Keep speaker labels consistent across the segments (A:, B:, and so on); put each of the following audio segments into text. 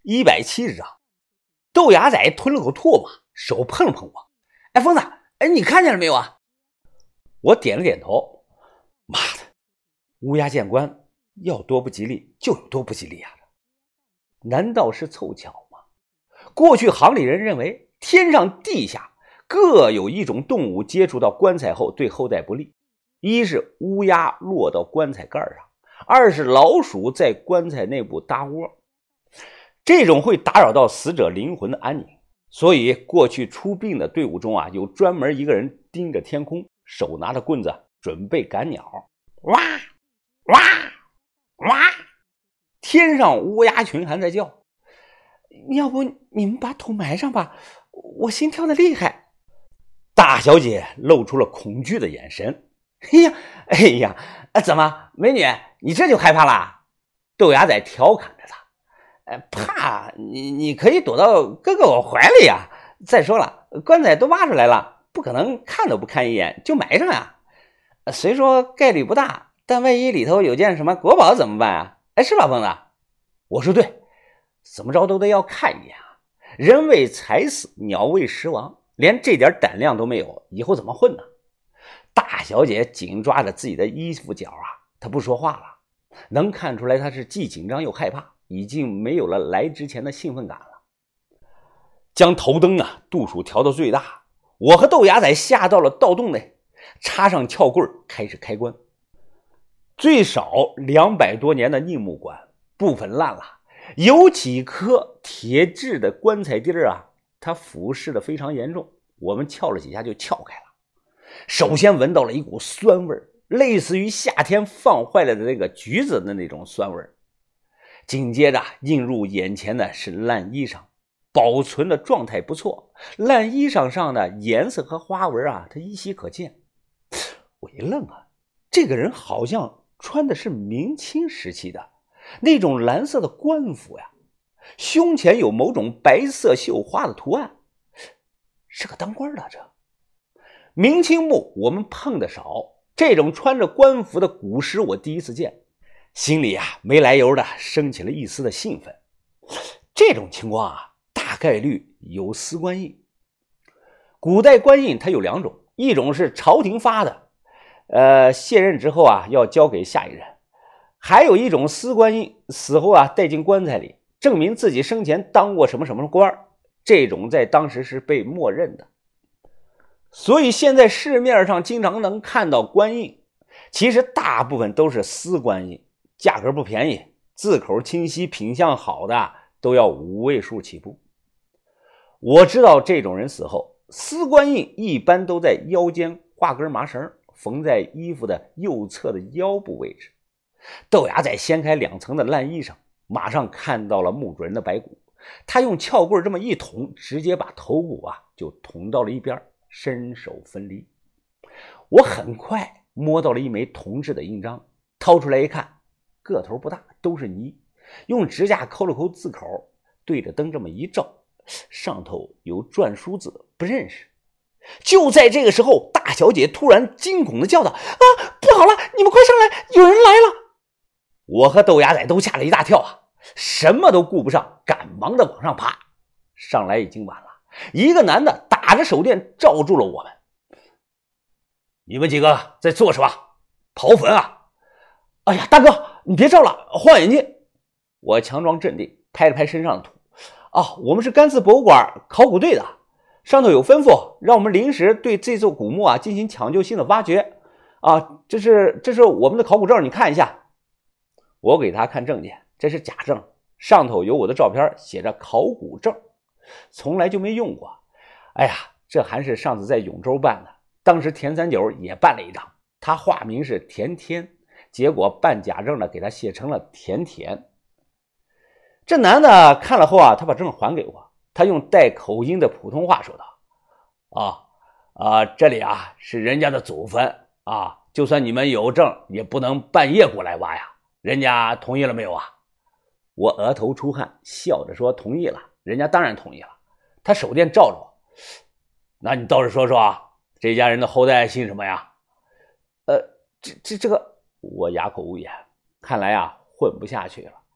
A: 170张。豆芽仔吞了口唾沫，手碰了碰我。哎，疯子，哎，你看见了没有啊？我点了点头。妈的，乌鸦见官，要多不吉利就有多不吉利啊！难道是凑巧吗？过去行里人认为，天上地下各有一种动物接触到棺材后对后代不利，一是乌鸦落到棺材盖上，二是老鼠在棺材内部搭窝，这种会打扰到死者灵魂的安宁。所以过去出殡的队伍中啊，有专门一个人盯着天空，手拿着棍子准备赶鸟。哇哇哇，天上乌鸦群还在叫。要不你们把土埋上吧，我心跳的厉害。大小姐露出了恐惧的眼神。哎呀，怎么美女你这就害怕啦？豆芽仔调侃着她。怕你可以躲到哥哥我怀里呀。再说了，棺材都挖出来了，不可能看都不看一眼就埋上呀。虽说概率不大，但万一里头有件什么国宝怎么办啊？哎，是吧，疯子？我说对，怎么着都得要看一眼啊。人为财死，鸟为食亡，连这点胆量都没有，以后怎么混呢？大小姐紧抓着自己的衣服角啊，她不说话了，能看出来她是既紧张又害怕，已经没有了来之前的兴奋感了。将头灯啊度数调到最大，我和豆芽仔下到了盗洞内，插上撬棍开始开棺。最少200多年的硬木棺部分烂了，有几颗铁制的棺材钉啊，它腐蚀的非常严重，我们撬了几下就撬开了。首先闻到了一股酸味，类似于夏天放坏了的那个橘子的那种酸味。紧接着映入眼前的是烂衣裳，保存的状态不错，烂衣裳上的颜色和花纹啊，它依稀可见。我一愣啊，这个人好像穿的是明清时期的那种蓝色的官服呀，胸前有某种白色绣花的图案，是个当官的。这明清墓我们碰得少，这种穿着官服的古尸我第一次见，心里啊没来由的升起了一丝的兴奋。这种情况啊，大概率有司官印。古代官印它有2种，一种是朝廷发的，卸任之后啊要交给下一任，还有一种司官印，死后啊带进棺材里，证明自己生前当过什么什么官，这种在当时是被默认的。所以现在市面上经常能看到官印，其实大部分都是司官印，价格不便宜，字口清晰品相好的都要5位数起步。我知道这种人死后，司官印一般都在腰间挂根麻绳，缝在衣服的右侧的腰部位置。豆芽仔掀开2层的烂衣裳，马上看到了墓主人的白骨，他用撬棍这么一捅，直接把头骨啊就捅到了一边，身首分离。我很快摸到了一枚铜制的印章，掏出来一看，个头不大，都是泥，用指甲抠了抠字口，对着灯这么一照，上头有篆书字，不认识。就在这个时候，大小姐突然惊恐地叫道：啊，不好了，你们快上来，有人来了！我和豆芽仔都吓了一大跳啊，什么都顾不上，赶忙的往上爬。上来已经晚了，一个男的打着手电罩住了我们。你们几个在做什么？刨坟啊？哎呀，大哥，你别照了，换眼镜。我强装镇定，拍了拍身上的土。我们是甘孜博物馆考古队的，上头有吩咐，让我们临时对这座古墓啊进行抢救性的挖掘。这是我们的考古证，你看一下。我给他看证件，这是假证，上头有我的照片，写着考古证，从来就没用过。哎呀，这还是上次在永州办的，当时田三九也办了一张，他化名是田天，结果办假证的给他写成了田田。这男的看了后啊，他把证还给我，他用带口音的普通话说道：这里啊是人家的祖坟啊，就算你们有证也不能半夜过来挖呀，人家同意了没有啊？我额头出汗，笑着说同意了，人家当然同意了。他手电照着我，那你倒是说说啊，这家人的后代姓什么呀？这个我哑口无言，看来啊混不下去了。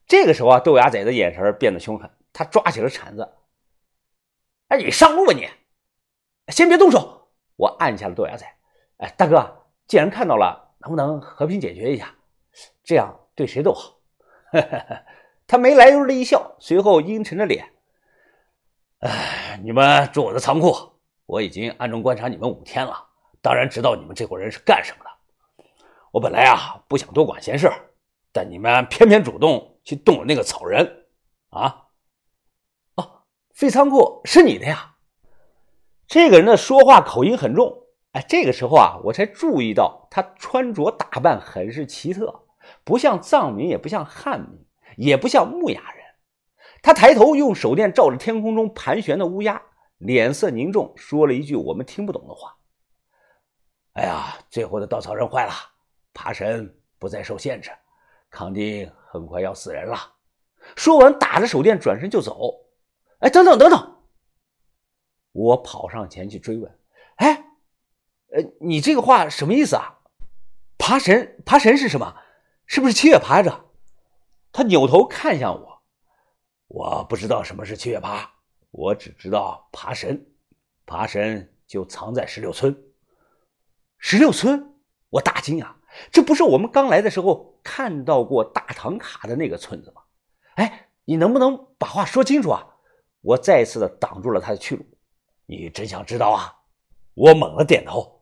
A: 这个时候啊，豆芽仔的眼神变得凶狠，他抓起了铲子。哎，你上路吧你！先别动手！我按下了豆芽仔。哎，大哥，既然看到了，能不能和平解决一下？这样对谁都好。他没来由的一笑，随后阴沉着脸。哎，你们住我的仓库，我已经暗中观察你们5天了，当然知道你们这伙人是干什么的。我本来啊不想多管闲事，但你们偏偏主动去动了那个草人啊！哦，废仓库是你的呀？这个人的说话口音很重。哎，这个时候啊，我才注意到他穿着打扮很是奇特，不像藏民，也不像汉民，也不像牧雅人。他抬头用手电照着天空中盘旋的乌鸦，脸色凝重，说了一句我们听不懂的话。哎呀，最后的稻草人坏了，爬神不再受限制，康定很快要死人了。说完打着手电转身就走。哎，等等！我跑上前去追问。哎，你这个话什么意思啊？爬神是什么？是不是七月爬着？他扭头看向我。我不知道什么是七月爬，我只知道爬神就藏在16村。16村？我大惊啊！这不是我们刚来的时候看到过大唐卡的那个村子吗？哎，你能不能把话说清楚啊？我再次的挡住了他的去路。你真想知道啊？我猛地点头。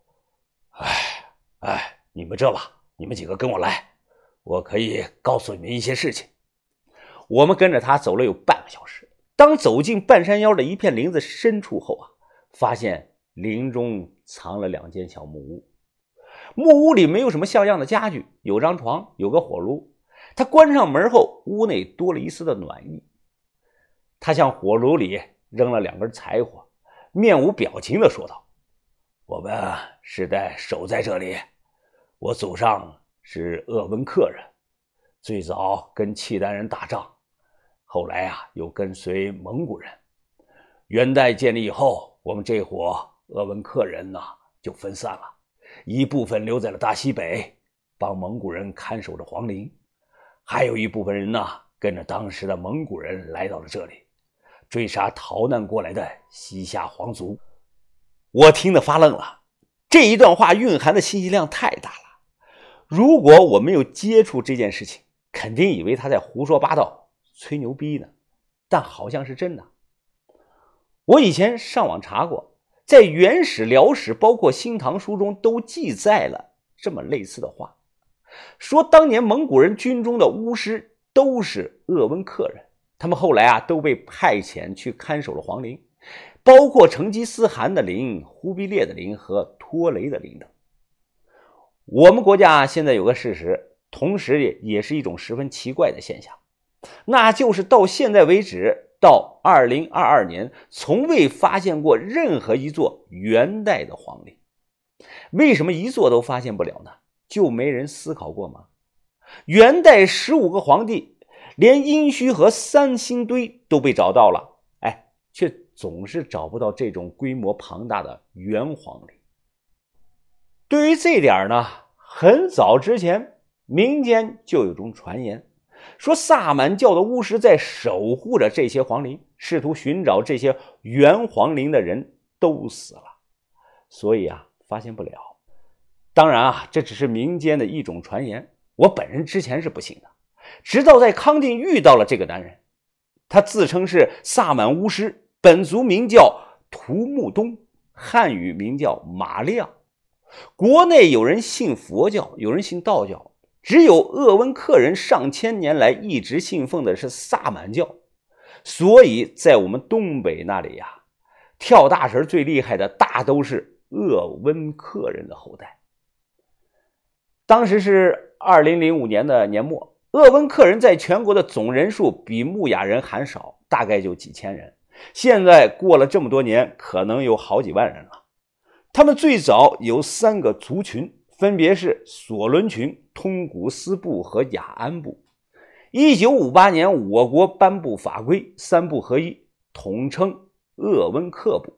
A: 你们这吧，你们几个跟我来，我可以告诉你们一些事情。我们跟着他走了有半个小时，当走进半山腰的一片林子深处后啊，发现林中藏了2间小木屋。木屋里没有什么像样的家具，有张床，有个火炉。他关上门后，屋内多了一丝的暖意。他向火炉里扔了2根柴火，面无表情地说道：我们世代守在这里，我祖上是鄂温克人，最早跟契丹人打仗，后来啊又跟随蒙古人。元代建立以后，我们这伙鄂温克人呢就分散了，一部分留在了大西北，帮蒙古人看守着皇陵，还有一部分人呢跟着当时的蒙古人来到了这里，追杀逃难过来的西夏皇族。我听得发愣了，这一段话蕴含的信息量太大了。如果我没有接触这件事情，肯定以为他在胡说八道吹牛逼呢，但好像是真的。我以前上网查过，在元史、辽史包括新唐书中都记载了这么类似的话，说当年蒙古人军中的巫师都是鄂温克人，他们后来啊都被派遣去看守了皇陵，包括成吉思汗的陵、忽必烈的陵和托雷的陵等。我们国家现在有个事实，同时也是一种十分奇怪的现象，那就是到现在为止，到2022年从未发现过任何一座元代的皇陵。为什么一座都发现不了呢？就没人思考过吗？元代15个皇帝，连殷墟和三星堆都被找到了，却总是找不到这种规模庞大的元皇陵。对于这点呢，很早之前民间就有种传言，说萨满教的巫师在守护着这些皇陵，试图寻找这些元皇陵的人都死了，所以啊发现不了。当然啊，这只是民间的一种传言，我本人之前是不信的，直到在康定遇到了这个男人。他自称是萨满巫师，本族名叫图木东，汉语名叫马亮。国内有人信佛教，有人信道教，只有鄂温克人上千年来一直信奉的是萨满教。所以在我们东北那里呀，跳大神最厉害的大都是鄂温克人的后代。当时是2005年的年末，鄂温克人在全国的总人数比牧雅人还少，大概就几千人。现在过了这么多年，可能有好几万人了。他们最早有3个族群，分别是索伦群、通古斯部和雅安部。1958年我国颁布法规，3部合一，统称鄂温克部。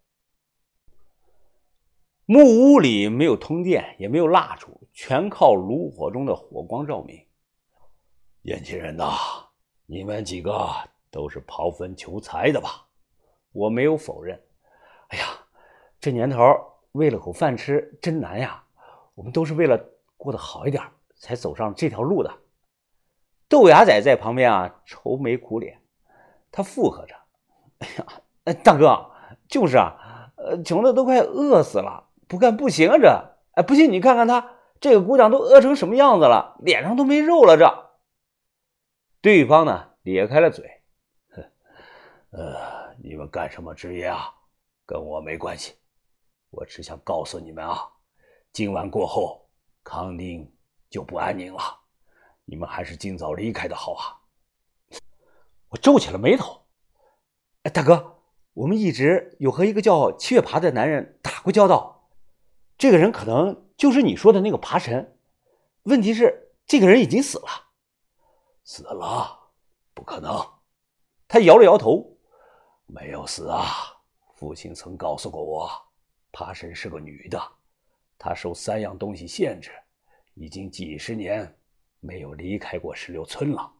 A: 木屋里没有通电，也没有蜡烛，全靠炉火中的火光照明。年轻人呐，
B: 你们几个都是刨坟求财的吧？
A: 我没有否认。哎呀，这年头为了口饭吃真难呀，我们都是为了过得好一点才走上这条路的。豆芽仔在旁边啊，愁眉苦脸，他附和着：“哎呀，大哥，就是啊，穷的都快饿死了，不干不行啊这。不信你看看他这个姑娘都饿成什么样子了，脸上都没肉了这。”对方呢咧开了嘴：“
B: 你们干什么职业啊？跟我没关系。我只想告诉你们啊，今晚过后，康宁就不安宁了。你们还是尽早离开的好啊。”
A: 我皱起了眉头。大哥，我们一直有和一个叫七月爬的男人打过交道，这个人可能就是你说的那个爬神。问题是这个人已经死了。
B: 死了？不可能。
A: 他摇了摇头。
B: 没有死啊，父亲曾告诉过我，爬神是个女的，她受3样东西限制，已经几10年没有离开过石榴村了。